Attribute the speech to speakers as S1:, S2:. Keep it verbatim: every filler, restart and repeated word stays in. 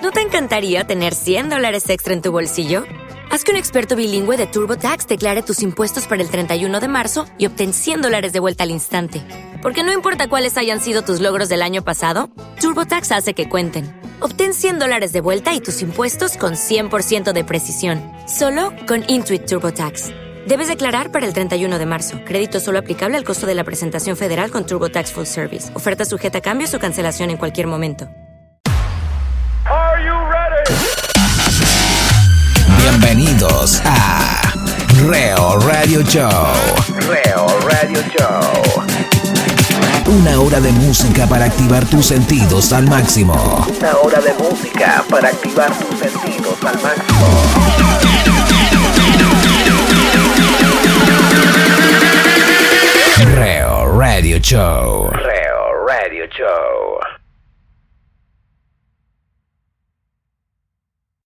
S1: ¿No te encantaría tener cien dólares extra en tu bolsillo? Haz que un experto bilingüe de TurboTax declare tus impuestos para el treinta y uno de marzo y obtén cien dólares de vuelta al instante. Porque no importa cuáles hayan sido tus logros del año pasado, TurboTax hace que cuenten. Obtén cien dólares de vuelta y tus impuestos con cien por ciento de precisión. Solo con Intuit TurboTax. Debes declarar para el treinta y uno de marzo. Crédito solo aplicable al costo de la presentación federal con TurboTax Full Service. Oferta sujeta a cambios o cancelación en cualquier momento.
S2: Are you ready?
S3: Bienvenidos a Reo Radio Show.
S2: Reo Radio Show.
S3: Una hora de música para activar tus sentidos al máximo.
S2: Una hora de música para activar tus sentidos al máximo.
S3: Reo Radio Show.
S2: Reo Radio Show.